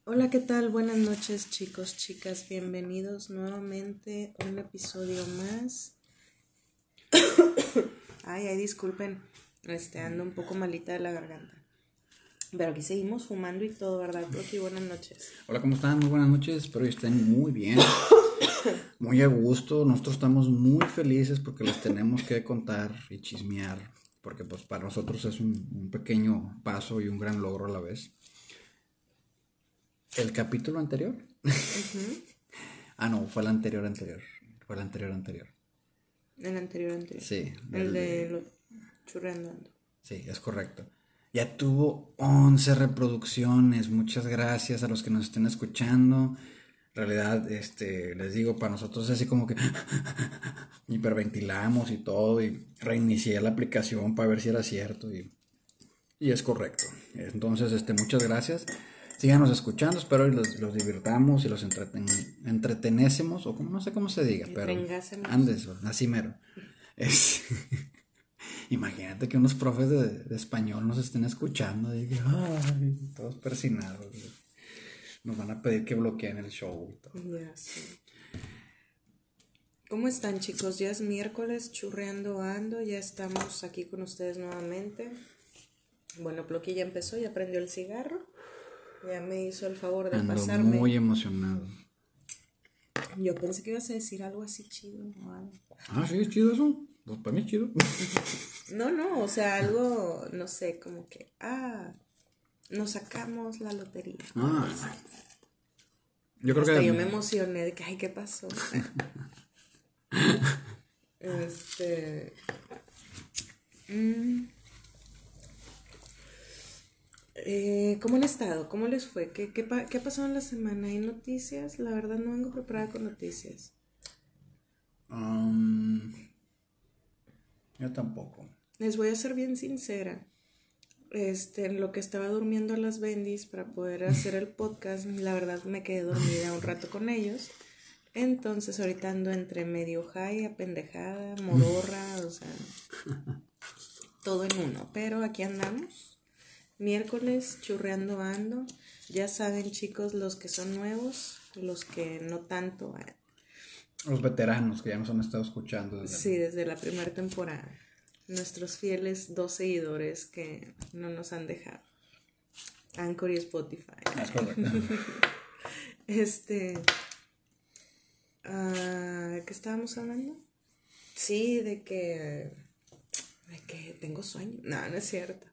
Hola, ¿qué tal? Buenas noches, chicos, chicas. Bienvenidos nuevamente a un episodio más. Ay, disculpen. Ando un poco malita de la garganta. Pero aquí seguimos fumando y todo, ¿verdad? Aquí, buenas noches. Hola, ¿cómo están? Muy buenas noches. Espero que estén muy bien. Muy a gusto. Nosotros estamos muy felices porque les tenemos que contar y chismear. Porque pues para nosotros es un pequeño paso y un gran logro a la vez. ¿El capítulo anterior? No, fue el anterior. Fue el anterior. El anterior. Sí. El de lo churreando. Sí, es correcto. Ya tuvo 11 reproducciones. Muchas gracias a los que nos estén escuchando. En realidad, les digo, para nosotros es así como que hiperventilamos y todo, y reinicié la aplicación para ver si era cierto, y es correcto. Entonces, muchas gracias. Síganos escuchando, espero los divirtamos y los entretenésemos, o como no sé cómo se diga, pero andes, así mero. Imagínate que unos profes de español nos estén escuchando y todos persinados. Nos van a pedir que bloqueen el show y todo. Ya sé. ¿Cómo están, chicos? Ya es miércoles, churreando ando. Ya estamos aquí con ustedes nuevamente. Bueno, Ploqui ya empezó, ya prendió el cigarro. Ya me hizo el favor de pasarme. Muy emocionado. Yo pensé que ibas a decir algo así chido o algo. Sí, es chido eso. Pues para mí es chido. No, o sea, algo, no sé, como que, nos sacamos la lotería. Yo creo hasta que yo me emocioné de que, ¿qué pasó? ¿Cómo han estado? ¿Cómo les fue? ¿Qué pasó en la semana? ¿Hay noticias? La verdad no vengo preparada con noticias. Yo tampoco. Les voy a ser bien sincera. En lo que estaba durmiendo a las bendis para poder hacer el podcast, la verdad me quedé dormida un rato con ellos. Entonces ahorita ando entre medio high, apendejada, modorra, o sea, todo en uno. Pero aquí andamos. Miércoles, churreando ando. Ya saben, chicos, los que son nuevos, los que no tanto. Los veteranos que ya nos han estado escuchando. Desde la primera temporada. Nuestros fieles 2 seguidores que no nos han dejado. Anchor y Spotify. Es correcto. ¿Qué estábamos hablando? Sí, de que tengo sueño. No es cierto.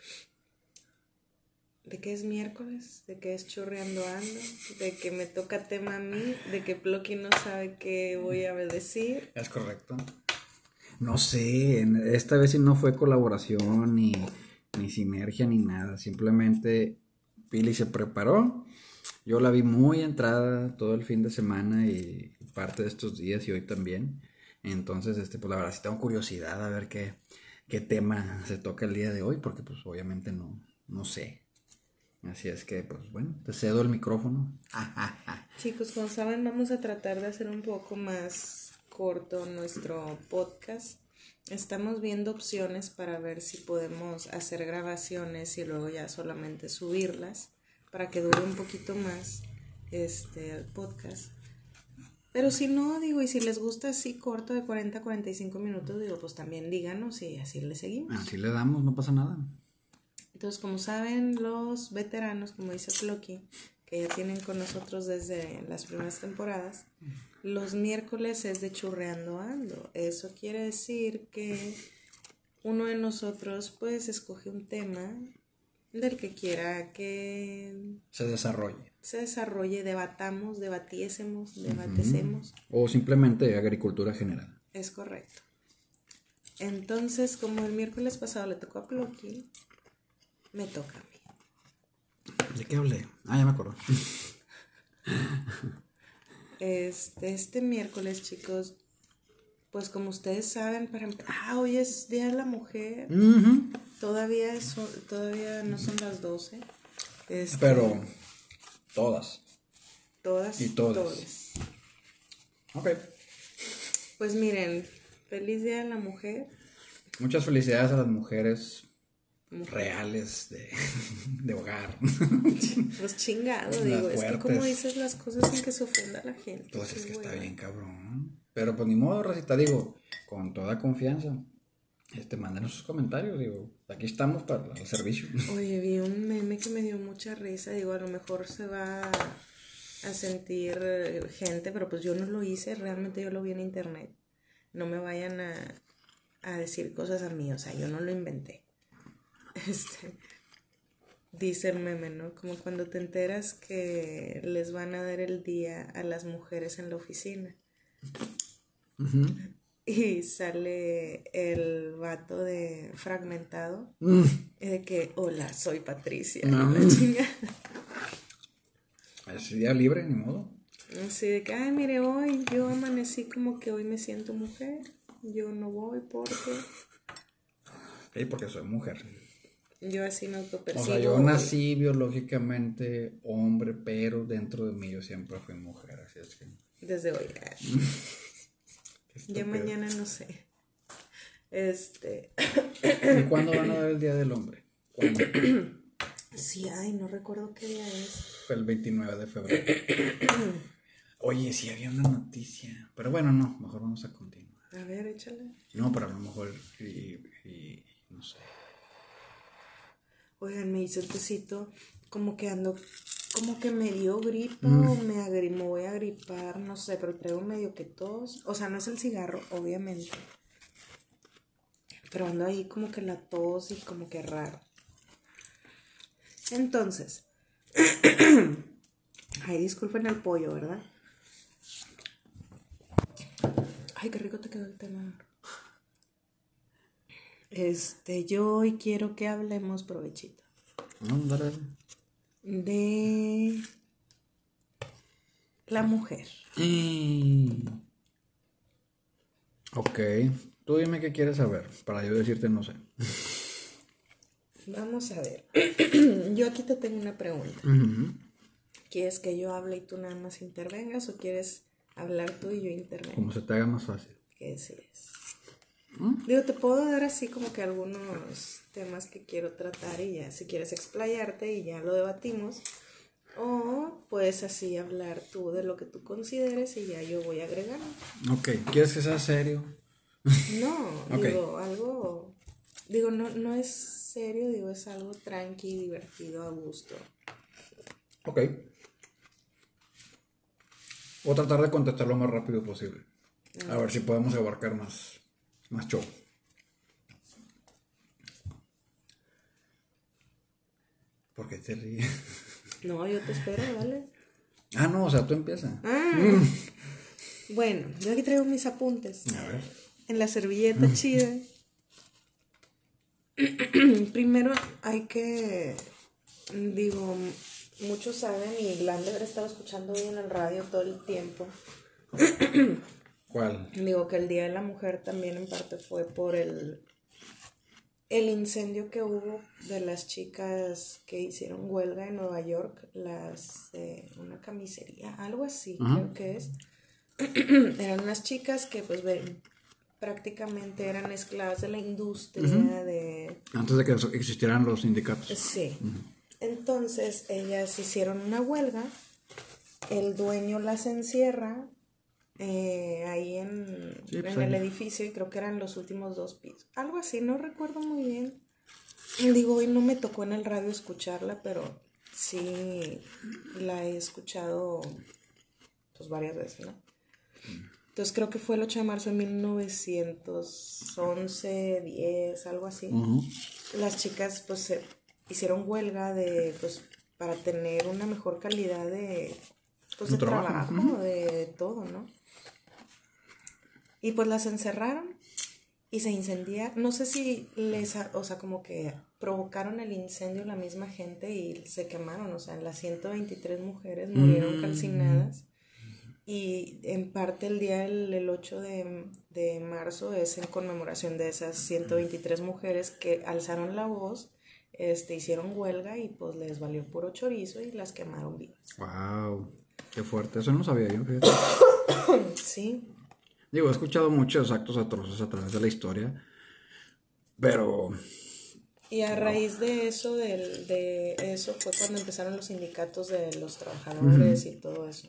De que es miércoles, de que es churreando ando, de que me toca tema a mí, de que Ploqui no sabe qué voy a decir. Es correcto. No sé, esta vez sí no fue colaboración ni sinergia ni nada. Simplemente Pili se preparó. Yo la vi muy entrada todo el fin de semana y parte de estos días y hoy también. Entonces, pues la verdad sí tengo curiosidad a ver qué tema se toca el día de hoy, porque pues obviamente no sé. Así es que, pues bueno, te cedo el micrófono. Chicos, como saben, vamos a tratar de hacer un poco más corto nuestro podcast. Estamos viendo opciones para ver si podemos hacer grabaciones y luego ya solamente subirlas para que dure un poquito más el podcast. Pero si no, y si les gusta así corto de 40 a 45 minutos, pues también díganos y así le seguimos. Así le damos, no pasa nada. Entonces, como saben, los veteranos, como dice Ploqui, que ya tienen con nosotros desde las primeras temporadas, los miércoles es de churreando ando. Eso quiere decir que uno de nosotros pues escoge un tema del que quiera que se desarrolle, debatésemos. O simplemente agricultura general. Es correcto. Entonces, como el miércoles pasado le tocó a Ploqui, me toca a mí. ¿De qué hablé? Ya me acuerdo. Este miércoles, chicos, pues como ustedes saben, hoy es Día de la Mujer. Todavía no son las 12. Pero todas. Todas y todos. Ok. Pues miren, feliz Día de la Mujer. Muchas felicidades a las mujeres reales de hogar. Pues chingado, digo, es que como dices las cosas sin que se ofenda a la gente. Pues es que está bien cabrón. Pero pues ni modo, Rosita, digo, con toda confianza. Mándenos sus comentarios, digo, aquí estamos para el servicio. Oye, vi un meme que me dio mucha risa, digo, a lo mejor se va a sentir gente, pero pues yo no lo hice, realmente yo lo vi en internet. No me vayan a decir cosas a mí, o sea, yo no lo inventé. Dice el meme, ¿no? Como cuando te enteras que les van a dar el día a las mujeres en la oficina. Uh-huh. Y sale el vato de Fragmentado, de que, hola, soy Patricia. La chingada. Es día libre, ni modo. Así de que, ay, mire, hoy yo amanecí como que hoy me siento mujer. Yo no voy porque... porque soy mujer. Yo así me autopercibo. O sea, yo nací biológicamente hombre, pero dentro de mí yo siempre fui mujer, así es que... Desde hoy. Yo mañana no sé. ¿Y cuándo van a dar el Día del Hombre? ¿Cuándo? Sí, ay, no recuerdo qué día es. Fue el 29 de febrero. Oye, sí había una noticia. Pero bueno, no, mejor vamos a continuar. A ver, échale. No, pero a lo mejor y no sé. Oigan, me hice el tecito, como que ando, como que me dio gripa o me voy a agripar, no sé, pero traigo medio que tos. O sea, no es el cigarro, obviamente. Pero ando ahí como que la tos y como que raro. Entonces, ay, disculpen el pollo, ¿verdad? Ay, qué rico te quedó el tema. Yo hoy quiero que hablemos, provechito, de la mujer. Ok, tú dime qué quieres saber, para yo decirte no sé. Vamos a ver. Yo aquí te tengo una pregunta. ¿Quieres que yo hable y tú nada más intervengas o quieres hablar tú y yo intervengo? Como se te haga más fácil. ¿Qué decides? Digo, te puedo dar así como que algunos temas que quiero tratar y ya, si quieres explayarte y ya lo debatimos. O puedes así hablar tú de lo que tú consideres y ya yo voy agregando. Ok, ¿quieres que sea serio? No, okay. Digo, no es serio, digo, es algo tranqui, divertido, a gusto. Ok. Voy a tratar de contestar lo más rápido posible. A ver si podemos abarcar más show. ¿Por qué te ríes? No, yo te espero, dale. No, o sea, tú empieza. Bueno, yo aquí traigo mis apuntes. A ver. En la servilleta chida. Primero hay que, digo, muchos saben y la han de haber estado escuchando hoy en el radio todo el tiempo. ¿Cuál? Digo que el Día de la Mujer también en parte fue por el incendio que hubo de las chicas que hicieron huelga en Nueva York, las de una camisería, algo así, creo que es. Eran unas chicas que pues prácticamente eran esclavas de la industria de... Antes de que existieran los sindicatos. Sí. Entonces ellas hicieron una huelga, el dueño las encierra ahí en el edificio y creo que eran los últimos 2 pisos, algo así, no recuerdo muy bien. Digo, hoy no me tocó en el radio escucharla, pero sí la he escuchado pues varias veces, ¿no? Entonces creo que fue el 8 de marzo de 1911, 10, algo así. Las chicas pues hicieron huelga de pues para tener una mejor calidad de pues de trabajo, de todo, ¿no? Y pues las encerraron y se incendia. No sé si o sea, como que provocaron el incendio la misma gente y se quemaron. O sea, las 123 mujeres murieron calcinadas. Y en parte el día el 8 de marzo es en conmemoración de esas 123 mujeres que alzaron la voz, hicieron huelga y pues les valió puro chorizo y las quemaron vivas. Wow, qué fuerte, eso no sabía yo, fíjate. Sí. Digo, he escuchado muchos actos atroces a través de la historia, pero Y a raíz de eso, de eso fue cuando empezaron los sindicatos de los trabajadores y todo eso.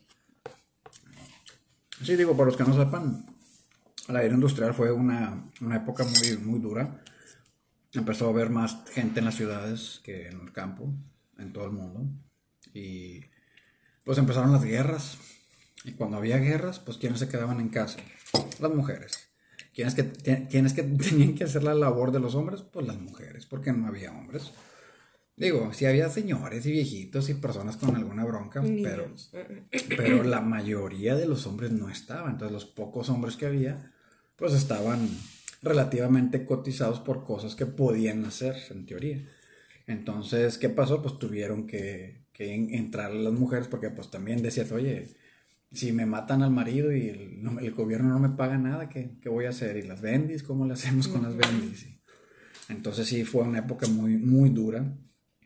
Sí, digo, para los que no sepan, la era industrial fue una época muy, muy dura. Empezó a haber más gente en las ciudades que en el campo, en todo el mundo. Y pues empezaron las guerras. Y cuando había guerras, pues ¿quiénes se quedaban en casa? Las mujeres. ¿Quiénes que tenían que hacer la labor de los hombres? Pues las mujeres, porque no había hombres. Digo, sí había señores y viejitos y personas con alguna bronca, pero la mayoría de los hombres no estaban. Entonces los pocos hombres que había, pues estaban relativamente cotizados por cosas que podían hacer, en teoría. Entonces, ¿qué pasó? Pues tuvieron que entrar las mujeres porque pues también decías, oye, si me matan al marido y el gobierno no me paga nada, ¿qué voy a hacer? ¿Y las bendis? ¿Cómo le hacemos con las bendis? Entonces sí, fue una época muy, muy dura.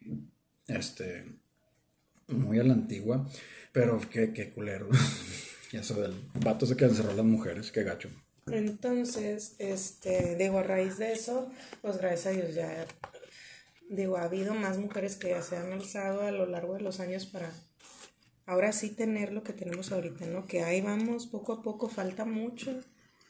Muy a la antigua, pero qué culero. Y eso del vato se que encerró a las mujeres, qué gacho. Entonces, digo, a raíz de eso, pues gracias a Dios ya, digo, ha habido más mujeres que ya se han alzado a lo largo de los años para ahora sí tener lo que tenemos ahorita, ¿no? Que ahí vamos poco a poco, falta mucho,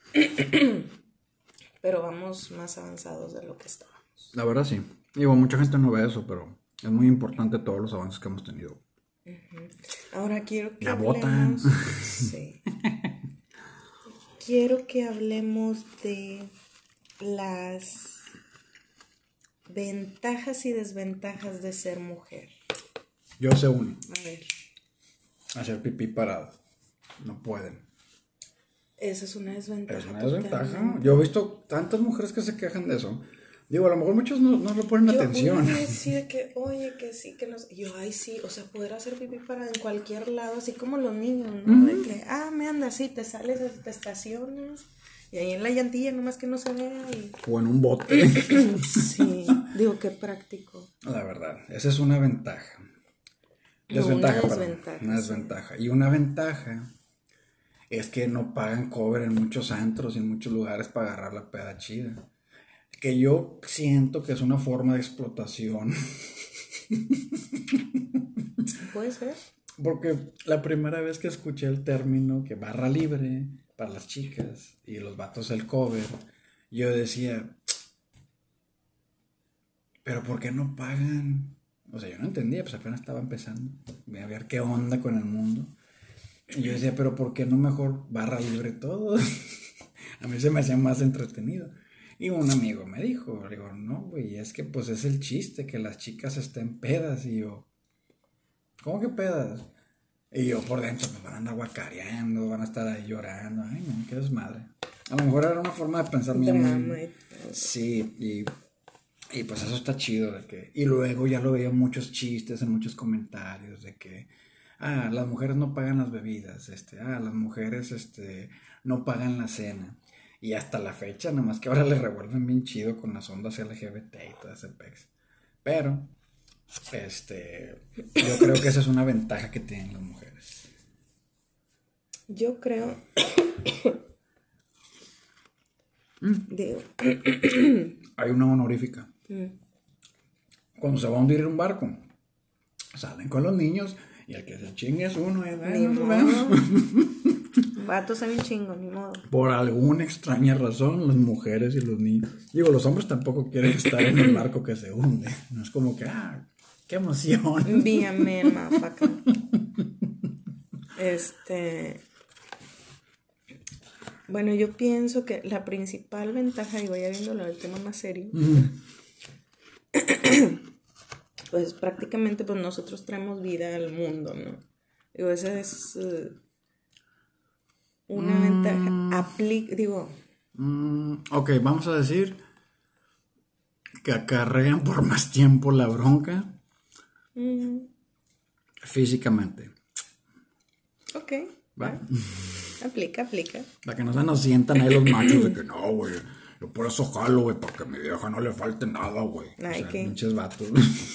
pero vamos más avanzados de lo que estábamos. La verdad sí. Digo, mucha gente no ve eso, pero es muy importante todos los avances que hemos tenido. Ahora quiero que la hablemos... botan. Sí. Quiero que hablemos de las ventajas y desventajas de ser mujer. Yo sé uno. A ver. Hacer pipí parado. No pueden. Esa es una desventaja. Es una desventaja. Yo he visto tantas mujeres que se quejan de eso. Digo, a lo mejor muchos no le ponen atención. Yo sí de que, oye, que sí, que los... Yo, ay, sí, o sea, poder hacer pipí para en cualquier lado, así como los niños, ¿no? De que, me anda así, te sales, te estacionas, y ahí en la llantilla, nomás que no se vea. O en un bote. Sí, digo, qué práctico. La verdad, esa es una ventaja. Desventaja. Una desventaja. Sí. Y una ventaja es que no pagan cover en muchos antros y en muchos lugares para agarrar la peda chida. Que yo siento que es una forma de explotación. ¿Puede ser? Porque la primera vez que escuché el término que barra libre para las chicas y los vatos el cover, yo decía, ¿pero por qué no pagan? O sea, yo no entendía, pues apenas estaba empezando a ver qué onda con el mundo. Y yo decía, ¿pero por qué no mejor barra libre todo? A mí se me hacía más entretenido. Y un amigo me dijo, le digo, no, güey, es que pues es el chiste, que las chicas estén pedas. Y yo, ¿cómo que pedas? Y yo por dentro, pues van a andar guacareando, van a estar ahí llorando. Ay, no, qué desmadre. A lo mejor era una forma de pensar bien. Sí, y pues eso está chido de que... Y luego ya lo veía en muchos chistes, en muchos comentarios de que... las mujeres no pagan las bebidas, las mujeres, no pagan la cena. Y hasta la fecha, nada más que ahora le revuelven bien chido con las ondas LGBT y todo ese pex. Pero, yo creo que esa es una ventaja que tienen las mujeres. Yo creo... Hay una honorífica. Cuando se va a hundir un barco, salen con los niños y el que se chingue es uno. Vatos hay un chingo, ni modo. Por alguna extraña razón, las mujeres y los niños. Digo, los hombres tampoco quieren estar en el barco que se hunde. No es como que, qué emoción. Víame, mapaca. Bueno, yo pienso que la principal ventaja, y voy a viéndolo del tema más serio, pues prácticamente pues nosotros traemos vida al mundo, ¿no? Digo, esa es una ventaja. Ok, vamos a decir que acarrean por más tiempo la bronca físicamente. Ok. ¿Va? Aplica. Para que no se nos sientan ahí los machos de que no, güey. Yo por eso jalo, güey, para que a mi vieja no le falte nada, güey. Ay, o sea, pinches vatos.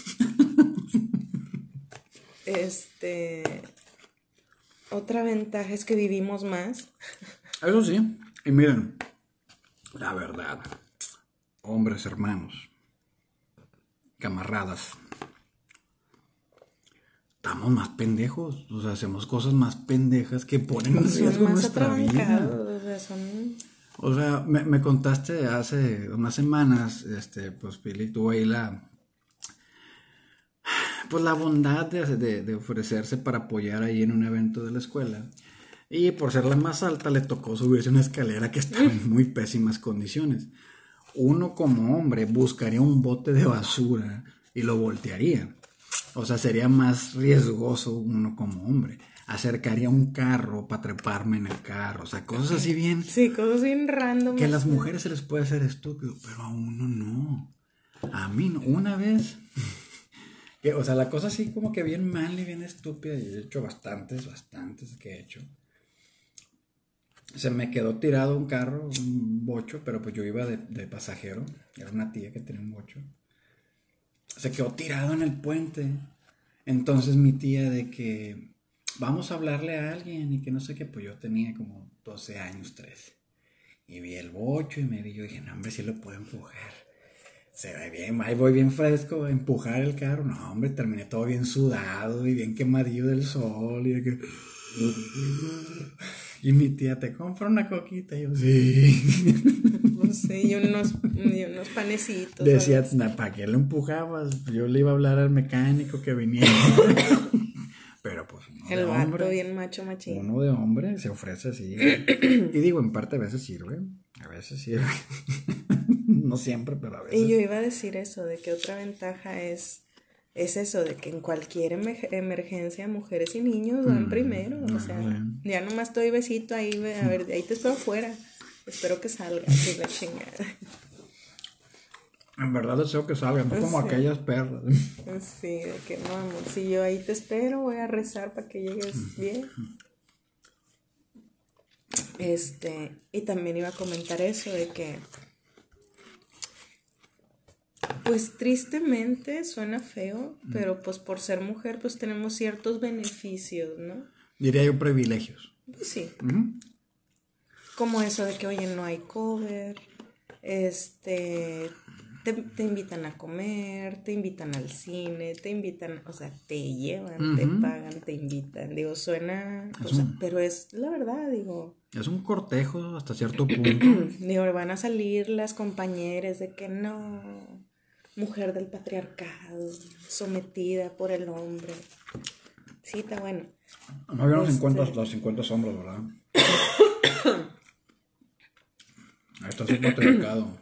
Otra ventaja es que vivimos más. Eso sí. Y miren, la verdad, hombres hermanos, camaradas, estamos más pendejos, o sea, hacemos cosas más pendejas que ponen en riesgo nuestra vida. O sea, me contaste hace unas semanas, pues Pili tuvo ahí la bondad de ofrecerse para apoyar ahí en un evento de la escuela. Y por ser la más alta le tocó subirse una escalera que estaba en muy pésimas condiciones. Uno como hombre buscaría un bote de basura y lo voltearía. O sea, sería más riesgoso uno como hombre. Acercaría un carro para treparme en el carro. O sea, cosas así bien... Sí, cosas bien random. Que a las mujeres se les puede hacer estúpido, pero a uno no. A mí no. Una vez... o sea, la cosa así como que bien mal y bien estúpida. Y he hecho bastantes que he hecho. Se me quedó tirado un carro, un bocho, pero pues yo iba de pasajero. Era una tía que tenía un bocho. Se quedó tirado en el puente. Entonces mi tía de que vamos a hablarle a alguien y que no sé qué, pues yo tenía como 12 años, 13. Y vi el bocho y me vi, yo dije, no hombre, sí lo puedo empujar. Se ve bien, ahí voy bien fresco a empujar el carro. No hombre, terminé todo bien sudado y bien quemadillo del sol y de que... Y mi tía, ¿te compra una coquita? Y yo, sí. Pues sí, y unos panecitos. Decía, ¿para qué lo empujabas? Yo le iba a hablar al mecánico que viniera. Pero pues uno el de vato hombre, bien macho machín. Uno de hombre se ofrece así. Y digo, en parte a veces sirve. A veces sirve. No siempre, pero a veces. Y yo iba a decir eso, de que otra ventaja es eso, de que en cualquier emergencia mujeres y niños van primero. O sea, ya nomás estoy besito ahí, a ver, ahí te estoy afuera. Espero que salga, que la chingada. En verdad deseo que salgan, no como aquellas perras. Sí, de que no, amor, si yo ahí te espero, voy a rezar para que llegues bien. Y también iba a comentar eso de que, pues tristemente suena feo, pero pues por ser mujer pues tenemos ciertos beneficios, ¿no? Diría yo privilegios. Pues sí. Como eso de que, oye, no hay cover, te invitan a comer, te invitan al cine, te invitan, o sea, te llevan, te pagan, te invitan. Digo, suena, pero es la verdad, digo. Es un cortejo hasta cierto punto. Digo, van a salir las compañeras de que no, mujer del patriarcado, sometida por el hombre. Sí, está bueno. No había los 50 sombras, ¿verdad? Ahí está su patriarcado.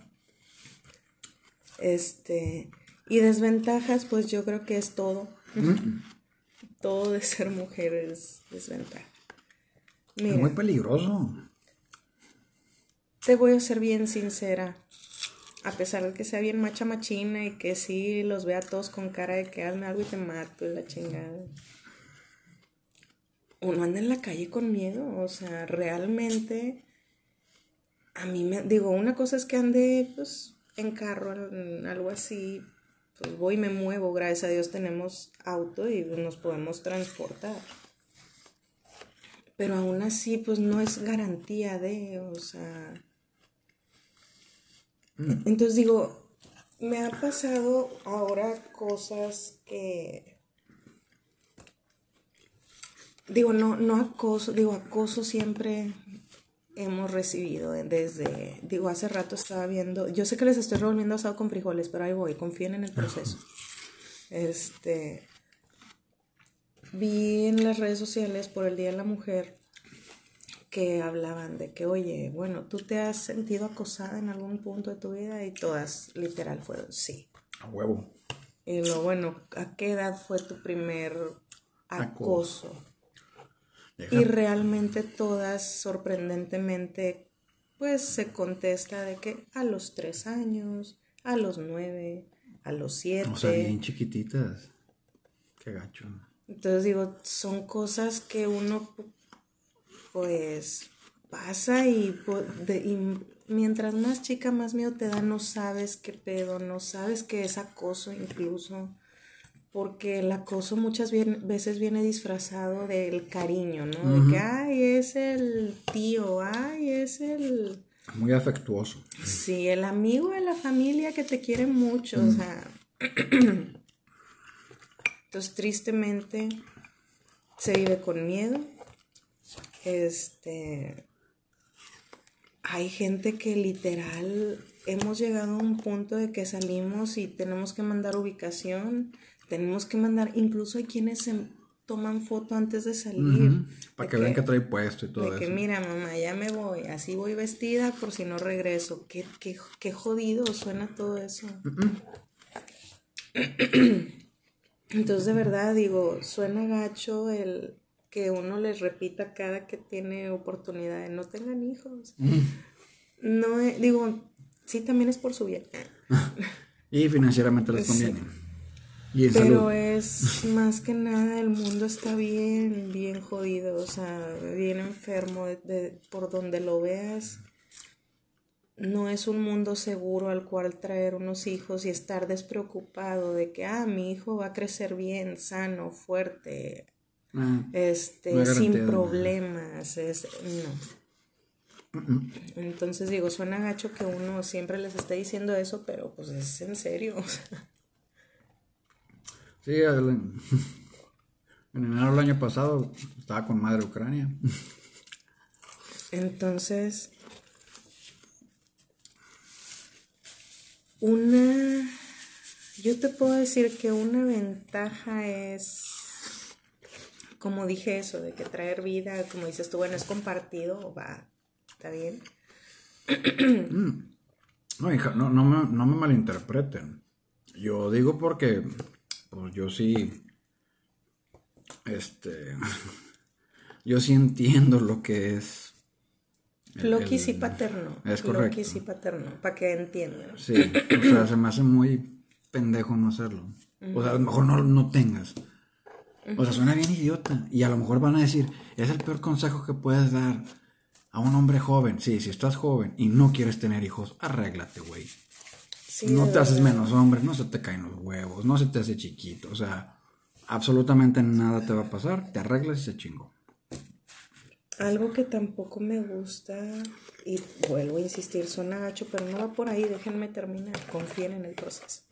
Y desventajas, pues yo creo que es todo. Todo de ser mujer es desventaja. Mira, es muy peligroso. Te voy a ser bien sincera. A pesar de que sea bien macha machina y que sí los vea todos con cara de que hazme algo y te mato y la chingada. Uno anda en la calle con miedo. O sea, realmente a mí digo, una cosa es que ande pues en carro, en algo así, pues voy y me muevo, gracias a Dios tenemos auto y nos podemos transportar. Pero aún así, pues no es garantía o sea... Entonces digo, me ha pasado ahora cosas que... Digo, no acoso, acoso siempre hemos recibido desde, hace rato estaba viendo, yo sé que les estoy revolviendo asado con frijoles, pero ahí voy, confíen en el proceso. Vi en las redes sociales por el Día de la Mujer que hablaban de que, oye, bueno, ¿tú te has sentido acosada en algún punto de tu vida? Y todas, literal, fueron sí. A huevo. Y bueno, ¿a qué edad fue tu primer acoso? Y realmente todas, sorprendentemente, pues se contesta de que a los 3 años, a los 9, a los 7. O sea, bien chiquititas. Qué gacho. Entonces digo, son cosas que uno pues pasa y mientras más chica, más miedo te da, no sabes qué pedo, no sabes qué es acoso incluso. Porque el acoso muchas veces viene disfrazado del cariño, ¿no? De que, ay, es el tío, ay, es el... Muy afectuoso. Sí, el amigo de la familia que te quiere mucho, o sea... Entonces, tristemente, se vive con miedo. Hay gente que literal hemos llegado a un punto de que salimos y tenemos que mandar ubicación, tenemos que mandar, incluso hay quienes se toman foto antes de salir. Para que vean que trae puesto y todo de eso. Que mira, mamá, ya me voy, así voy vestida por si no regreso. Qué jodido suena todo eso. Entonces, de verdad, digo, suena gacho el que uno les repita cada que tiene oportunidad de no tengan hijos. No, digo, sí, también es por su bien. Y financieramente les conviene. Sí. Y en Pero salud. es más que nada, el mundo está bien, bien jodido, o sea, bien enfermo, por donde lo veas. No es un mundo seguro al cual traer unos hijos y estar despreocupado de que, mi hijo va a crecer bien, sano, fuerte, No sin problemas, no. Entonces digo, suena gacho que uno siempre les esté diciendo eso, pero pues es en serio. Sí, en enero del año pasado estaba con madre Ucrania. Entonces, yo te puedo decir que una ventaja es, como dije eso, de que traer vida, como dices tú, bueno, es compartido, está bien. No, hija, no me malinterpreten. Yo digo porque, pues yo sí, yo sí entiendo lo que es. Floquis y paterno. Es correcto. Floquis y paterno, para que entiendan. Sí, o sea, se me hace muy pendejo no hacerlo. O sea, a lo mejor no tengas. O sea, suena bien idiota. Y a lo mejor van a decir, es el peor consejo que puedes dar a un hombre joven. Sí, si estás joven y no quieres tener hijos, arréglate, güey. Sí, no te haces menos hombre, no se te caen los huevos, no se te hace chiquito. O sea, absolutamente nada te va a pasar. Te arreglas y se chingó. Algo que tampoco me gusta, y vuelvo a insistir, suena gacho, pero no va por ahí, déjenme terminar, confíen en el proceso.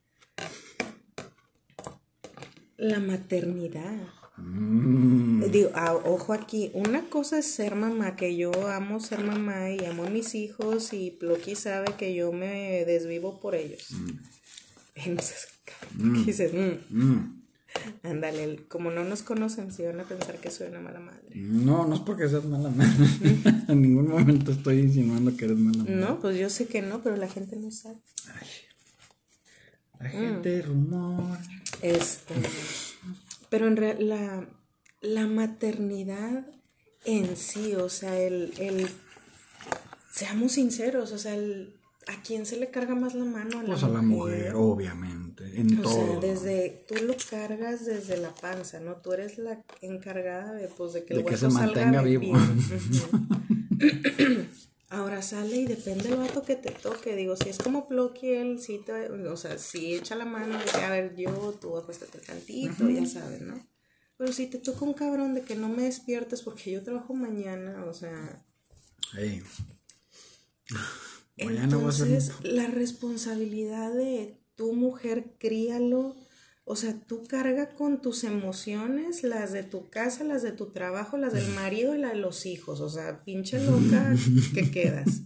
La maternidad. Digo, ojo aquí, una cosa es ser mamá, que yo amo ser mamá y amo a mis hijos y Loki sabe que yo me desvivo por ellos. Entonces, dices, ándale, como no nos conocen, si van a pensar que soy una mala madre. No es porque seas mala madre. En ningún momento estoy insinuando que eres mala madre. No, pues yo sé que no, pero la gente no sabe. Ay, la gente rumora. Pero en realidad la maternidad en sí, o sea, seamos sinceros, o sea, ¿a quién se le carga más la mano? Pues a la mujer, obviamente, en todo. O sea, tú lo cargas desde la panza, ¿no? Tú eres la encargada de que el que se mantenga vivo. Ahora sale y depende del vato que te toque. Digo, si es como Ploqui, él sí sí echa la mano de que, a ver, tú acuéstate tantito, ya sabes, ¿no? Pero si te toca un cabrón de que no me despiertes porque yo trabajo mañana, o sea... Hey. Entonces, la responsabilidad de tu mujer, críalo. O sea, tú carga con tus emociones, las de tu casa, las de tu trabajo, las del marido y las de los hijos. O sea, pinche loca que quedas.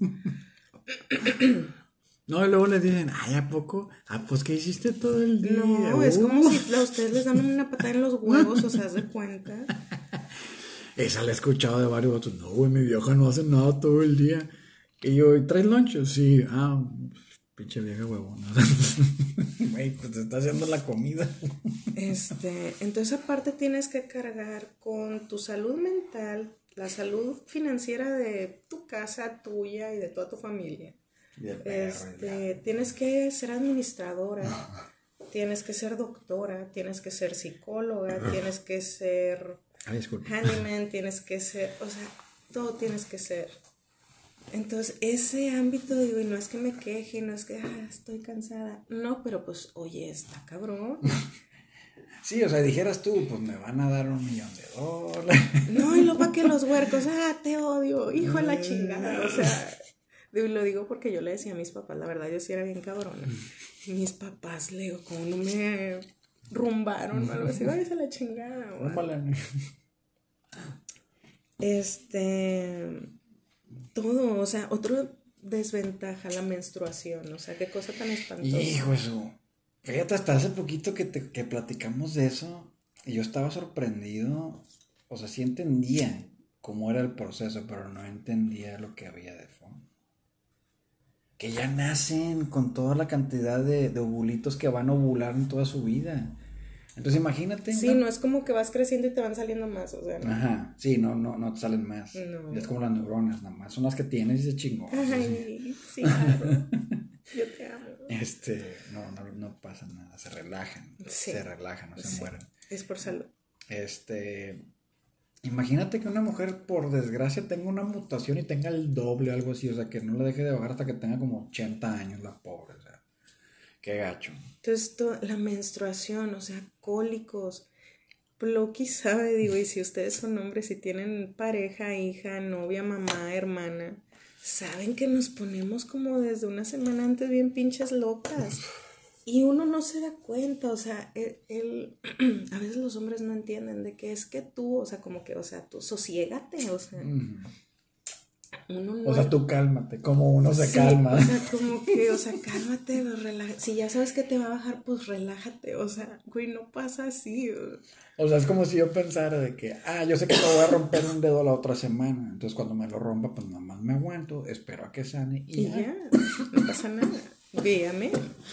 No, y luego les dicen, ay, ¿a poco? Pues, ¿qué hiciste todo el día? No, es como si a ustedes les dan una patada en los huevos, o sea, ¿haz de cuenta? Esa la he escuchado de varios otros. No, güey, mi vieja no hace nada todo el día. Y yo, ¿traes lonche? Sí, pinche vieja huevona. Güey, pues te está haciendo la comida. Entonces aparte tienes que cargar con tu salud mental, la salud financiera de tu casa, tuya y de toda tu familia. Tienes que ser administradora, tienes que ser doctora, tienes que ser psicóloga, tienes que ser handyman, tienes que ser, o sea, todo tienes que ser. Entonces, ese ámbito, digo, y no es que me queje, no es que estoy cansada. No, pero pues, oye, está cabrón. Sí, o sea, dijeras tú, pues me van a dar $1,000,000. No, y luego para que los huercos, te odio, hijo de la chingada. O sea, Lo digo porque yo le decía a mis papás, la verdad yo sí era bien cabrona. Y mis papás, le digo, como no me rumbaron o algo así, váyase a la chingada. Todo, o sea, otro desventaja, la menstruación, o sea, qué cosa tan espantosa. Hijo eso. Fíjate, hasta hace poquito que platicamos de eso, y yo estaba sorprendido, o sea, sí entendía cómo era el proceso, pero no entendía lo que había de fondo. Que ya nacen con toda la cantidad de ovulitos que van a ovular en toda su vida. Entonces imagínate. Sí, no es como que vas creciendo y te van saliendo más, o sea, ¿no? Ajá, sí, no te salen más. No. Es como las neuronas, nada más. Son las que tienes y se chingó. Ay, sí, claro. Yo te amo. No pasa nada, se relajan. Sí. Se relajan, no se mueren. Es por salud. Imagínate que una mujer, por desgracia, tenga una mutación y tenga el doble o algo así, o sea, que no la deje de bajar hasta que tenga como 80 años la pobre, o sea, qué gacho. Entonces, la menstruación, o sea, cólicos. Loki sabe, digo, y si ustedes son hombres, si tienen pareja, hija, novia, mamá, hermana, saben que nos ponemos como desde una semana antes bien pinches locas. Y uno no se da cuenta, o sea, a veces los hombres no entienden de que es que tú, o sea, como que, o sea, tú sosiégate, o sea, uno no... O sea, tú cálmate, como uno se Sí, calma. o sea, como que, o sea, cálmate, si ya sabes que te va a bajar, pues relájate, o sea, güey, no pasa así. O sea, es como si yo pensara de que, yo sé que te voy a romper un dedo la otra semana, entonces cuando me lo rompa, pues nada más me aguanto, espero a que sane y ya. No pasa nada, véame.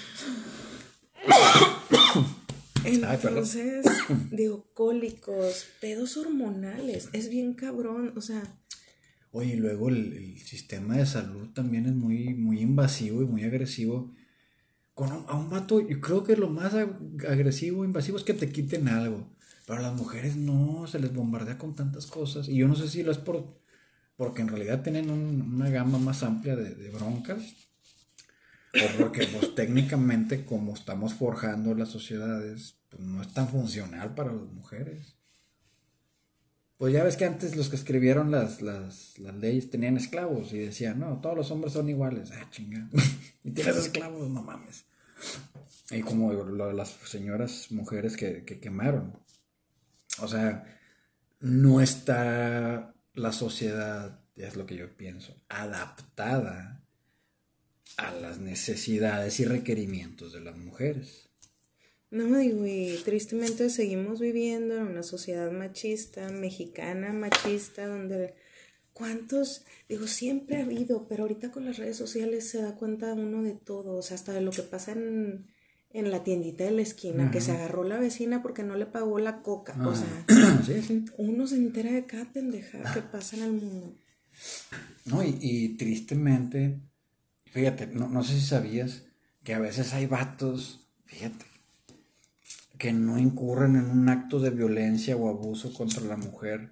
Entonces, digo, cólicos, pedos hormonales, es bien cabrón, o sea... Oye, y luego el sistema de salud también es muy, muy invasivo y muy agresivo. A un vato, yo creo que lo más agresivo, invasivo es que te quiten algo. Pero a las mujeres no, se les bombardea con tantas cosas. Y yo no sé si lo es porque en realidad tienen una gama más amplia de broncas. O porque pues técnicamente como estamos forjando las sociedades, pues no es tan funcional para las mujeres. Pues ya ves que antes los que escribieron las leyes tenían esclavos y decían, no, todos los hombres son iguales. Chinga. Y tienes esclavos, no mames. Y como las señoras mujeres que quemaron. O sea, no está la sociedad, es lo que yo pienso, adaptada a las necesidades y requerimientos de las mujeres. No, digo, y tristemente seguimos viviendo en una sociedad machista, mexicana machista, donde digo, siempre ha habido, pero ahorita con las redes sociales se da cuenta uno de todo, o sea, hasta de lo que pasa en la tiendita de la esquina, que se agarró la vecina porque no le pagó la coca, o sea, sí. Uno se entera de cada pendejada que pasa en el mundo. No, y tristemente, fíjate, no sé si sabías que a veces hay vatos, fíjate, que no incurren en un acto de violencia o abuso contra la mujer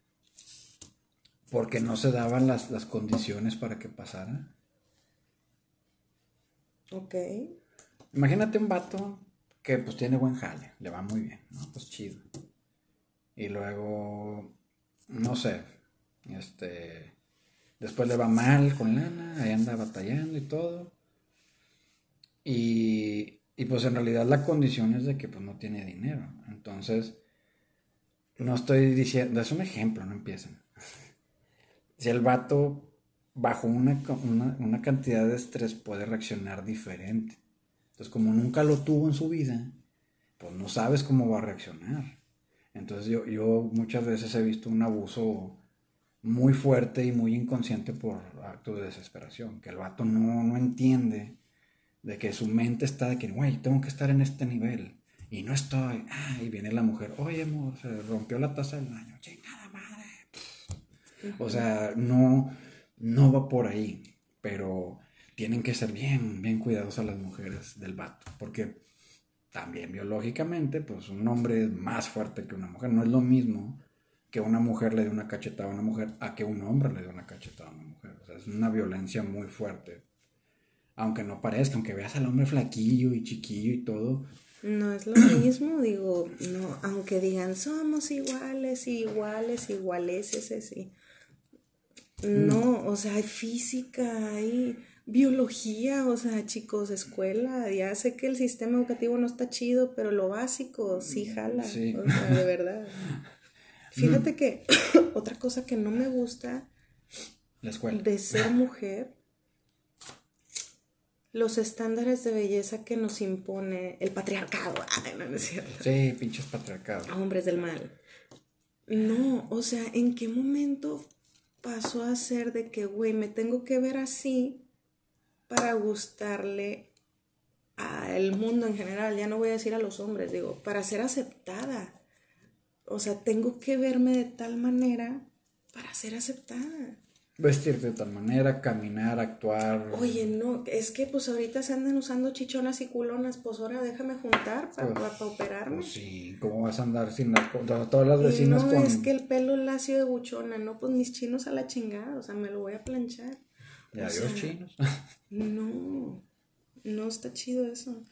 porque no se daban las condiciones para que pasara. Ok. Imagínate un vato que pues tiene buen jale, le va muy bien, ¿no? Pues chido. Y luego, no sé, después le va mal con lana, ahí anda batallando y todo. Y pues en realidad la condición es de que pues no tiene dinero. Entonces, no estoy diciendo, es un ejemplo, no empiecen. Si el vato bajo una cantidad de estrés puede reaccionar diferente. Entonces, como nunca lo tuvo en su vida, pues no sabes cómo va a reaccionar. Entonces yo muchas veces he visto un abuso muy fuerte y muy inconsciente por actos de desesperación, que el vato no entiende de que su mente está de que, güey, tengo que estar en este nivel y no estoy. Y viene la mujer, oye, amor, se rompió la taza del baño, chingada madre. O sea, no va por ahí, pero tienen que ser bien, bien cuidadosas las mujeres del vato, porque también biológicamente, pues un hombre es más fuerte que una mujer. No es lo mismo que una mujer le dé una cachetada a una mujer a que un hombre le dé una cachetada a una mujer. O sea, es una violencia muy fuerte. Aunque no parezca, aunque veas al hombre flaquillo y chiquillo y todo. No es lo mismo, digo, no, aunque digan somos iguales, iguales, igualeses, sí. No, o sea, hay física, hay biología, o sea, chicos, escuela. Ya sé que el sistema educativo no está chido, pero lo básico sí jala. Sí. O sea, de verdad. Fíjate que otra cosa que no me gusta La escuela. de ser mujer, los estándares de belleza que nos impone el patriarcado. Ay, no, no es cierto. Sí, pinches patriarcados. Hombres del mal. No, o sea, ¿en qué momento pasó a ser de que, güey, me tengo que ver así para gustarle al mundo en general? Ya no voy a decir a los hombres, digo, para ser aceptada. O sea, tengo que verme de tal manera para ser aceptada. Vestirte de tal manera, caminar, actuar. Oye, no, es que pues ahorita se andan usando chichonas y culonas, pues ahora déjame juntar para operarme. Pues sí, ¿cómo vas a andar sin todas las vecinas no, con...? es que el pelo lacio de buchona, no, pues mis chinos a la chingada, o sea, me lo voy a planchar. Ya, O Dios, sea, chinos. No, no está chido eso.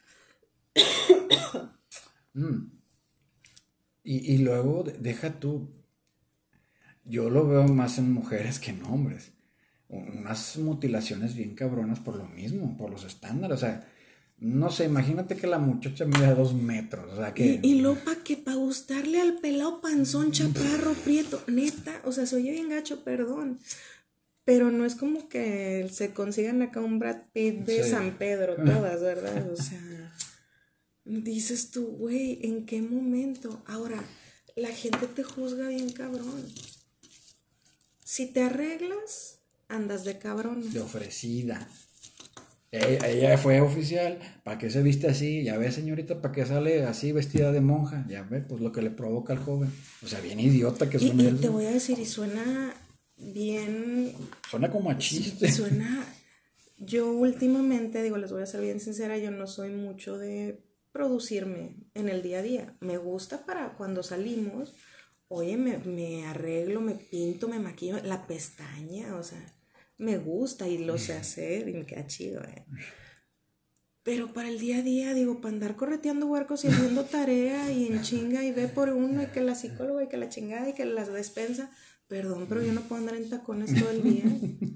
Y luego, deja tú, yo lo veo más en mujeres que en hombres. Unas mutilaciones bien cabronas por lo mismo, por los estándares. O sea, no sé, imagínate que la muchacha mide 2 metros. O sea, que... Y luego para gustarle al pelado panzón, chaparro, prieto, neta, o sea, se oye bien gacho, perdón. Pero no es como que se consigan acá un Brad Pitt de Sí. San Pedro, todas, ¿verdad? O sea, dices tú, güey, ¿en qué momento? Ahora, la gente te juzga bien cabrón. Si te arreglas, andas de cabrón. De ofrecida. Ella fue oficial. ¿Para qué se viste así? Ya ve, señorita, ¿para qué sale así vestida de monja? Ya ve, pues lo que le provoca al joven. O sea, bien idiota que suena Y eso. te voy a decir, y suena bien, Suena como a chiste. suena, yo últimamente, digo, les voy a ser bien sincera, yo no soy mucho de producirme en el día a día. Me gusta para cuando salimos, oye, me arreglo, me pinto, me maquillo, la pestaña, o sea, me gusta y lo sé hacer y me queda chido, Pero para el día a día, digo, para andar correteando huercos y haciendo tarea y en chinga y ve por uno y que la psicóloga y que la chingada y que la despensa, perdón, pero yo no puedo andar en tacones todo el día.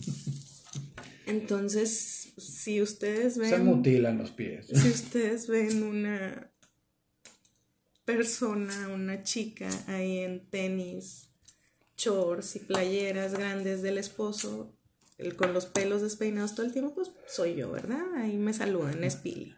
Entonces, si ustedes ven... Se mutilan los pies. Si ustedes ven una persona, una chica ahí en tenis, shorts y playeras grandes del esposo, con los pelos despeinados todo el tiempo, pues soy yo, ¿verdad? Ahí me saludan, es Pili.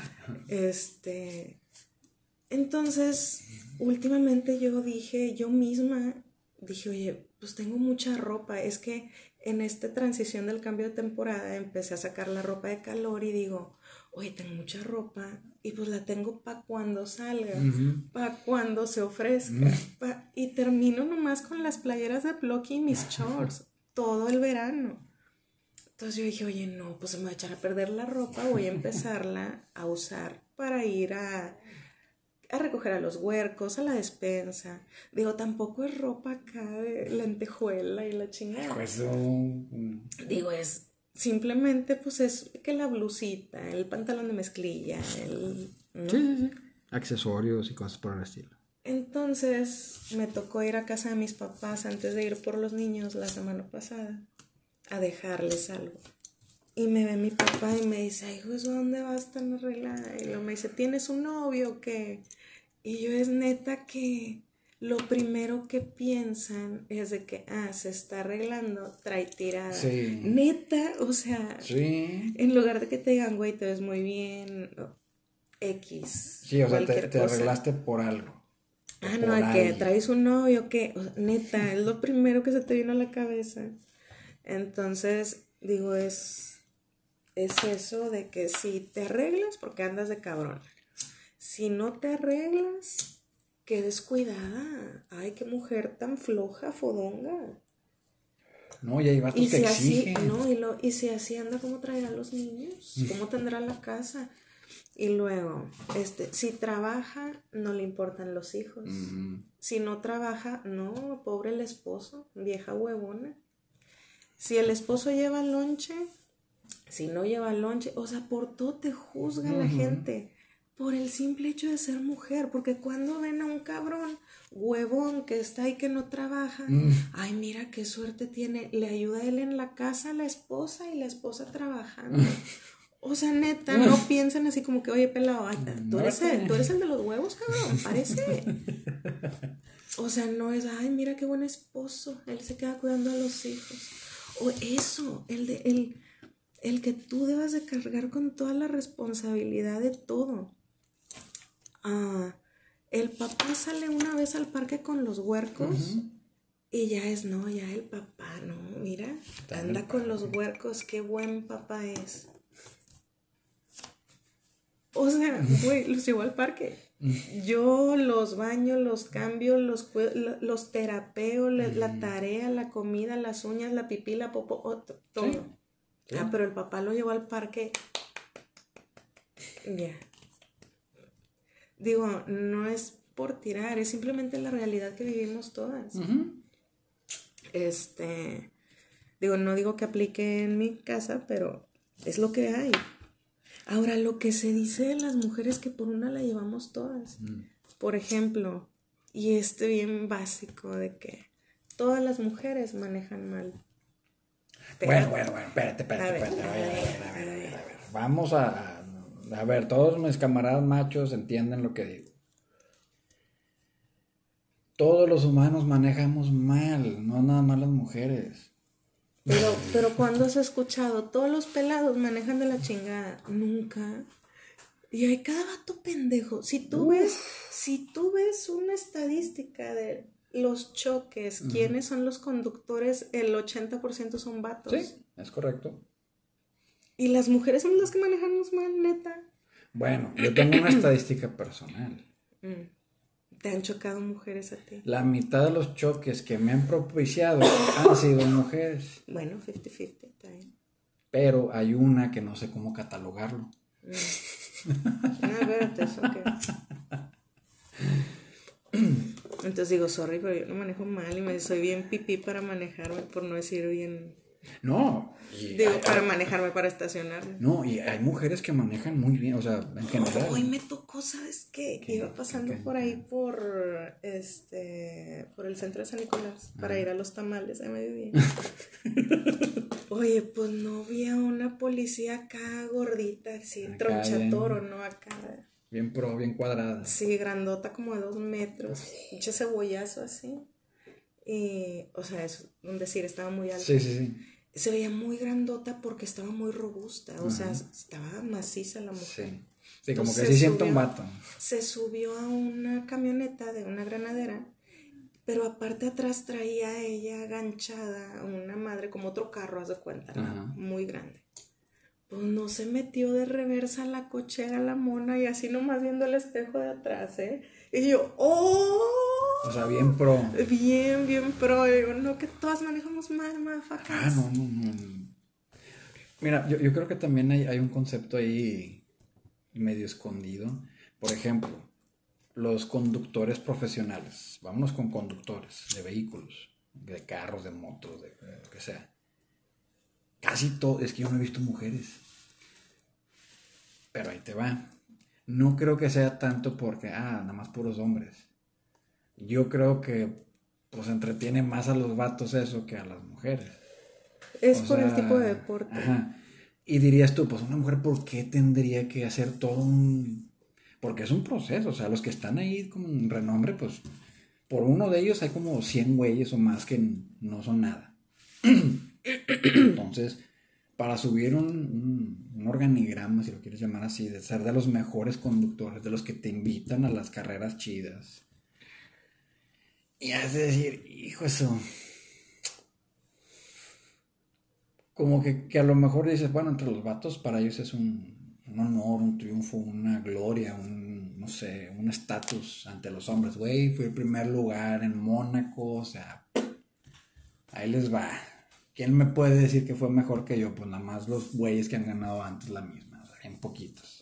Entonces, últimamente yo misma dije, oye, pues tengo mucha ropa. Es que en esta transición del cambio de temporada empecé a sacar la ropa de calor y digo, oye, tengo mucha ropa y pues la tengo para cuando salga, para cuando se ofrezca. Y termino nomás con las playeras de Plucky y mis shorts todo el verano. Entonces yo dije, oye, no, pues se me va a echar a perder la ropa, voy a empezarla a usar para ir a recoger a los huercos, a la despensa. Digo, tampoco es ropa acá de lentejuela y la chingada. Pues Digo, es simplemente, pues es que la blusita, el pantalón de mezclilla, ¿no? Sí. Accesorios y cosas por el estilo. Entonces me tocó ir a casa de mis papás antes de ir por los niños la semana pasada a dejarles algo. Y me ve mi papá y me dice, ay, hijo, ¿eso dónde vas tan arreglada? Y luego me dice, ¿tienes un novio o qué? Y yo, es neta que lo primero que piensan es de que, se está arreglando, trae tirada. Sí. Neta, o sea, Sí. en lugar de que te digan, güey, te ves muy bien, X. Sí, o sea, cualquier te cosa. arreglaste por algo. No, que traes un novio, que, o sea, neta, es lo primero que se te vino a la cabeza. Entonces, digo, es eso de que si te arreglas, porque andas de cabrón. Si no te arreglas, qué descuidada. Ay, qué mujer tan floja, fodonga. No, y hay vatos Y que si así, exigen. y si así anda, ¿cómo traerá a los niños? ¿Cómo tendrá la casa? Y luego, si trabaja, no le importan los hijos. Si no trabaja, no, pobre el esposo, vieja huevona. Si el esposo lleva lonche, si no lleva lonche, o sea, por todo te juzga la gente. por el simple hecho de ser mujer, porque cuando ven a un cabrón huevón que está ahí que no trabaja, ay, mira qué suerte tiene, le ayuda a él en la casa a la esposa y la esposa trabajando. O sea, neta, no piensen así como que, oye, pelado, tú eres el de los huevos, cabrón, parece. O sea, no es, ay, mira qué buen esposo, él se queda cuidando a los hijos. O eso, el que tú debas de cargar con toda la responsabilidad de todo. El papá sale una vez al parque con los huercos y ya el papá, ¿no? Mira, anda con los huercos, qué buen papá es. O sea, güey, los llevo al parque. Yo los baño, los cambio, los terapeo, la tarea, la comida, las uñas, la pipí, la popó, todo. Sí. Pero el papá lo llevó al parque. Ya. Digo, no es por tirar, es simplemente la realidad que vivimos todas. Digo, no digo que aplique en mi casa, pero es lo que hay. Ahora, lo que se dice de las mujeres que por una la llevamos todas. Por ejemplo, y bien básico de que todas las mujeres manejan mal. Bueno, espérate. A ver. Vamos a ver, todos mis camaradas machos entienden lo que digo. Todos los humanos manejamos mal, no nada más las mujeres. Pero ¿cuándo has escuchado? Todos los pelados manejan de la chingada. Nunca. Y hay cada vato pendejo. Si tú ves una estadística de los choques, quiénes son los conductores, el 80% son vatos. Sí, es correcto. Y las mujeres son las que manejamos mal, neta. Bueno, yo tengo una estadística personal. ¿Te han chocado mujeres a ti? La mitad de los choques que me han propiciado han sido mujeres. Bueno, 50-50, está bien. Pero hay una que no sé cómo catalogarlo. Espérate, eso qué. Entonces digo, sorry, pero yo no manejo mal y soy bien pipí para manejarme, por no decir bien. No. Para manejarme, para estacionarme. No, y hay mujeres que manejan muy bien, o sea, en general. Hoy me tocó, ¿sabes qué? Iba pasando por ahí por el centro de San Nicolás para ir a los tamales de mediodía. Oye, pues no vi a una policía acá gordita, así, tronchatoro, ¿no? Acá. Bien bien cuadrada. Sí, grandota como de 2 metros, pinche cebollazo así. Y, o sea, es un decir, estaba muy alta. Sí. Se veía muy grandota porque estaba muy robusta, o sea, estaba maciza la mujer. Sí, como que sí siento un vato. Se subió a una camioneta de una granadera, pero aparte atrás traía ella aganchada a una madre, como otro carro, haz de cuenta, ¿no? Muy grande. Pues no se metió de reversa a la cochera la mona y así nomás viendo el espejo de atrás, ¿eh? Y yo, ¡oh! O sea, bien pro. Bien pro. Y digo, no, que todas manejamos mal, mafacas. No. Mira, yo creo que también hay un concepto ahí medio escondido. Por ejemplo, los conductores profesionales. Vámonos con conductores de vehículos, de carros, de motos, de lo que sea. Casi todo, es que yo no he visto mujeres. Pero ahí te va. No creo que sea tanto porque, nada más puros hombres. Yo creo que pues entretiene más a los vatos eso que a las mujeres. Es por el tipo de deporte. Ajá. Y dirías tú, pues una mujer, ¿por qué tendría que hacer todo porque es un proceso, o sea, los que están ahí como en renombre, pues por uno de ellos hay como 100 güeyes o más que no son nada. Entonces, para subir un organigrama, si lo quieres llamar así, de ser de los mejores conductores, de los que te invitan a las carreras chidas, y has de decir, hijo eso, como que a lo mejor dices, bueno, entre los vatos para ellos es un honor, un triunfo, una gloria, no sé, un estatus ante los hombres. Güey, fui el primer lugar en Mónaco, o sea, ahí les va. ¿Quién me puede decir que fue mejor que yo? Pues nada más los güeyes que han ganado antes la misma, o sea, en poquitos.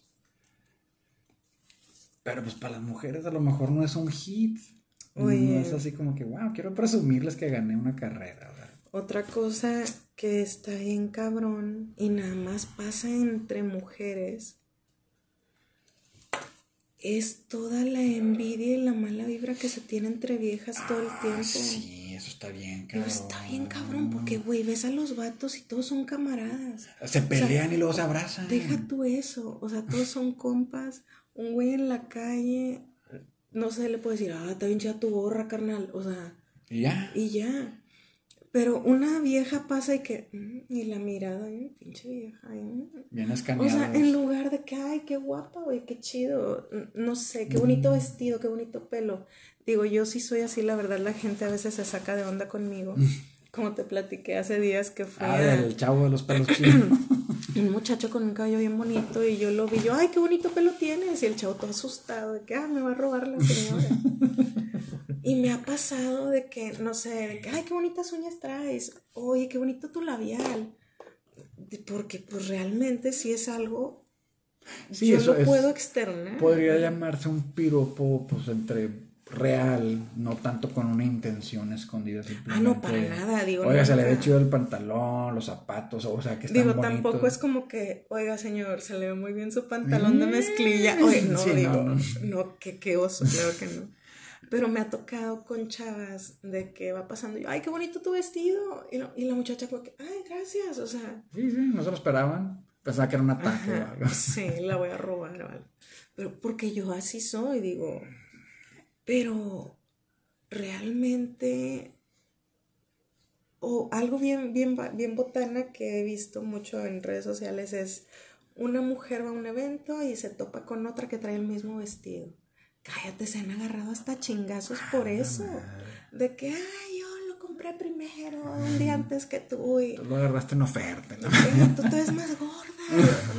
Pero pues para las mujeres a lo mejor no es un hit. Oye, no es así como que, wow, quiero presumirles que gané una carrera, ¿verdad? Otra cosa que está bien cabrón y nada más pasa entre mujeres es toda la envidia y la mala vibra que se tiene entre viejas todo el tiempo. Sí, eso está bien cabrón. Está bien cabrón porque, güey, ves a los vatos y todos son camaradas. Se pelean y luego se abrazan. Deja tú eso, o sea, todos son compas. Un güey en la calle, no sé, le puede decir, está bien chida tu gorra, carnal, o sea. Y ya. Pero una vieja pasa y que, y la mirada, pinche vieja, bien escaneados. O sea, en lugar de que, ay, qué guapa, güey, qué chido, no sé, qué bonito vestido, qué bonito pelo. Digo, yo sí soy así, la verdad, la gente a veces se saca de onda conmigo. Como te platiqué hace días que fue. Del chavo de los pelos chinos. Un muchacho con un cabello bien bonito y yo lo vi, ay, qué bonito pelo tienes. Y el chavo todo asustado de que, me va a robar la señora. Y me ha pasado de que, no sé, de que, ay, qué bonitas uñas traes. Oye, qué bonito tu labial. Porque pues realmente sí es algo, sí, yo eso no puedo externar. Podría llamarse un piropo, pues entre real, no tanto con una intención escondida simplemente. No, para nada, digo. Oiga, se le ve chido el pantalón, los zapatos, o sea, que están bonitos. Tampoco es como que, oiga, señor, se le ve muy bien su pantalón de mezclilla. Oye, no, sí, no, qué oso, claro que no. Pero me ha tocado con chavas de que va pasando yo, ay, qué bonito tu vestido. Y la muchacha como que, ay, gracias, o sea. Sí, no se lo esperaban. Pensaba que era un ataque o algo. Sí, la voy a robar o algo. Pero porque yo así soy, digo. Pero realmente, o algo bien botana que he visto mucho en redes sociales es una mujer va a un evento y se topa con otra que trae el mismo vestido. Cállate, se han agarrado hasta chingazos por eso. De que, yo lo compré primero, un día antes que tú. Tú lo agarraste en oferta, ¿no? Tú te ves más gorda. O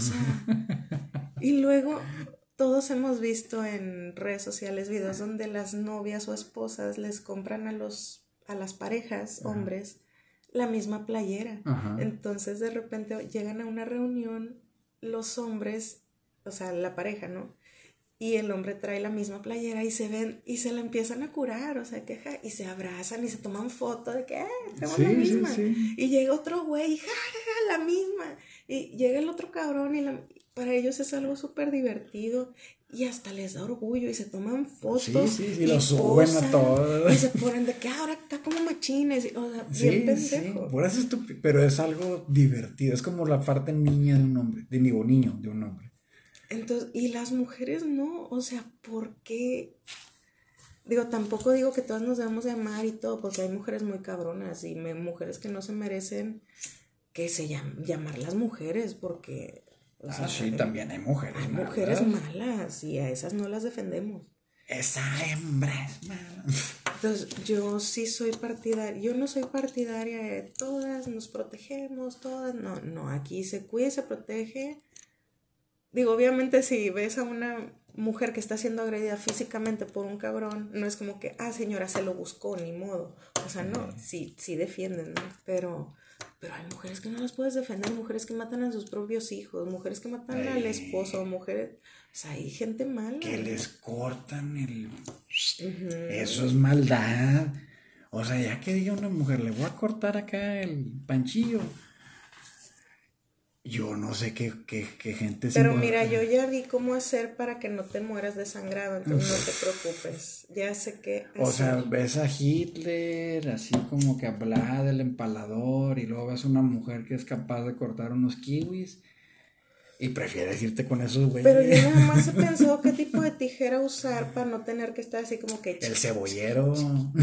sea. Y luego, todos hemos visto en redes sociales videos donde las novias o esposas les compran a las parejas, hombres, la misma playera. Ajá. Entonces, de repente, llegan a una reunión los hombres, o sea, la pareja, ¿no? Y el hombre trae la misma playera y se ven y se la empiezan a curar, o sea, y se abrazan y se toman foto de que, tengo la misma. Sí. Y llega otro güey, la misma. Y llega el otro cabrón y para ellos es algo súper divertido y hasta les da orgullo y se toman fotos. Sí, y lo suben a todos. Y se ponen de que ahora está como machines, o sea, bien pendejo. Sí, por eso pero es algo divertido, es como la parte niña de un hombre, niño de un hombre. Entonces, y las mujeres no, o sea, ¿por qué? Digo, tampoco digo que todas nos debemos de amar y todo, porque hay mujeres muy cabronas y mujeres que no se merecen que se llamar las mujeres, porque... O sea, sí, también hay mujeres malas. Hay mujeres malas y a esas no las defendemos. Esa hembra es mala. Entonces, yo sí soy partidaria, yo no soy partidaria de todas nos protegemos, todas, no, aquí se cuida y se protege. Digo, obviamente si ves a una mujer que está siendo agredida físicamente por un cabrón, no es como que, señora, se lo buscó, ni modo. O sea, no, sí defienden, ¿no? Pero hay mujeres que no las puedes defender, mujeres que matan a sus propios hijos, mujeres que matan al esposo, mujeres... O sea, hay gente mala. Que les cortan el... Eso es maldad. O sea, ya que diga una mujer, le voy a cortar acá el panchillo... Yo no sé qué gente... Pero mira, yo ya vi cómo hacer para que no te mueras desangrado, entonces no te preocupes. Ya sé qué hacer. O sea, ves a Hitler, así como que habla del empalador, y luego ves a una mujer que es capaz de cortar unos kiwis, y prefieres irte con esos güeyes. Pero yo nada más he pensado qué tipo de tijera usar para no tener que estar así como que... El cebollero.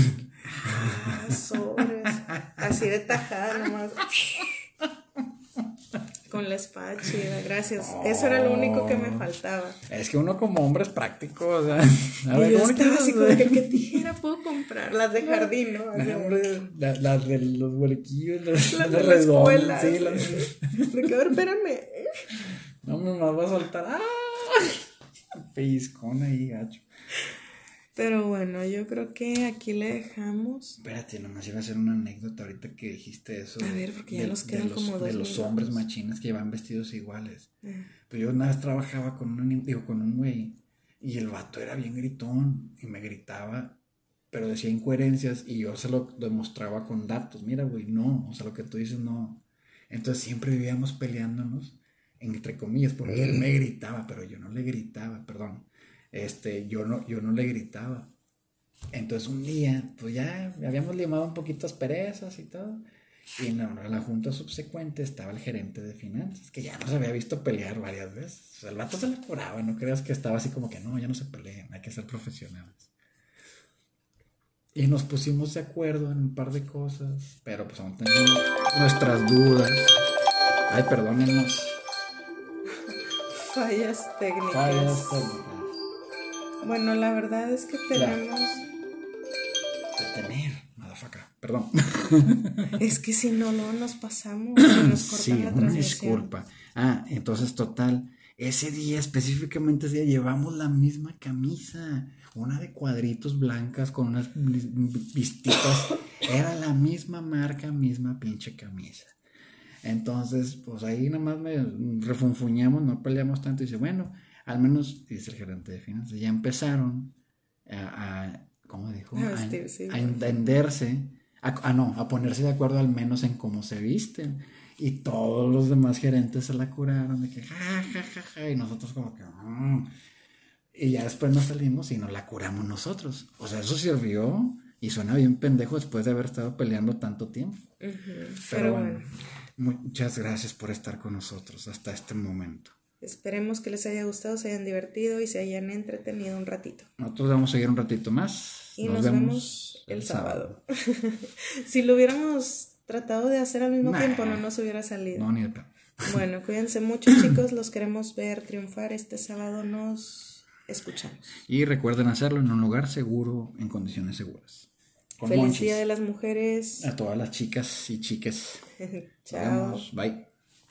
Sobres. Así de tajada nomás. Con la espada chida, gracias. Eso era lo único que me faltaba. Es que uno como hombre es práctico, o sea... A ver, yo estaba así como que, ¿qué tijera puedo comprar? Las de jardín, ¿no? Las de los huelequillos, las de la escuela. Sí, de que, a ver, espérame. No me vas a soltar. Pellizcón ahí, gacho. Pero bueno, yo creo que aquí le dejamos. Espérate, nomás iba a hacer una anécdota ahorita que dijiste eso. A ver, porque ya nos quedan como 2 de los hombres machines que llevan vestidos iguales. Pues yo una vez trabajaba con un güey, y el vato era bien gritón y me gritaba, pero decía incoherencias y yo se lo demostraba con datos. Mira, güey, no, o sea, lo que tú dices no. Entonces siempre vivíamos peleándonos, entre comillas, porque él me gritaba, pero yo no le gritaba, perdón. yo no le gritaba. Entonces un día, pues ya habíamos limado un poquito asperezas y todo. Y en la junta subsecuente estaba el gerente de finanzas, que ya nos había visto pelear varias veces. O sea, el vato se la curaba, no creas que estaba así como que no, ya no se peleen, hay que ser profesionales. Y nos pusimos de acuerdo en un par de cosas, pero pues aún tenemos nuestras dudas. Ay, perdónenos. Fallas técnicas. Fallas técnicas. Bueno, la verdad es que tenemos... Detener, motherfucker. Perdón. Es que si no, no nos pasamos. Se nos corta Sí, la una transmisión. disculpa. Entonces, total, ese día, específicamente ese día, llevamos la misma camisa. Una de cuadritos blancas con unas vistitas. Era la misma marca, misma pinche camisa. Entonces, pues ahí nada más me refunfuñamos, no peleamos tanto. Y dice, bueno, al menos, dice el gerente de finanzas, ya empezaron ¿cómo dijo? A entenderse, a ponerse de acuerdo al menos en cómo se visten. Y todos los demás gerentes se la curaron de que ja, ja, ja, ja, y nosotros como que... Y ya después nos salimos y nos la curamos nosotros. O sea, eso sirvió y suena bien pendejo después de haber estado peleando tanto tiempo. Pero bueno, muchas gracias por estar con nosotros hasta este momento. Esperemos que les haya gustado, se hayan divertido y se hayan entretenido un ratito. Nosotros vamos a seguir un ratito más. Y nos vemos el sábado. Si lo hubiéramos tratado de hacer al mismo tiempo, no nos hubiera salido. No, ni de pedo. Bueno, cuídense mucho, chicos. Los queremos ver triunfar. Este sábado nos escuchamos. Y recuerden hacerlo en un lugar seguro, en condiciones seguras. Feliz Día de las Mujeres. A todas las chicas y chiques. Chao. Nos vemos. Bye.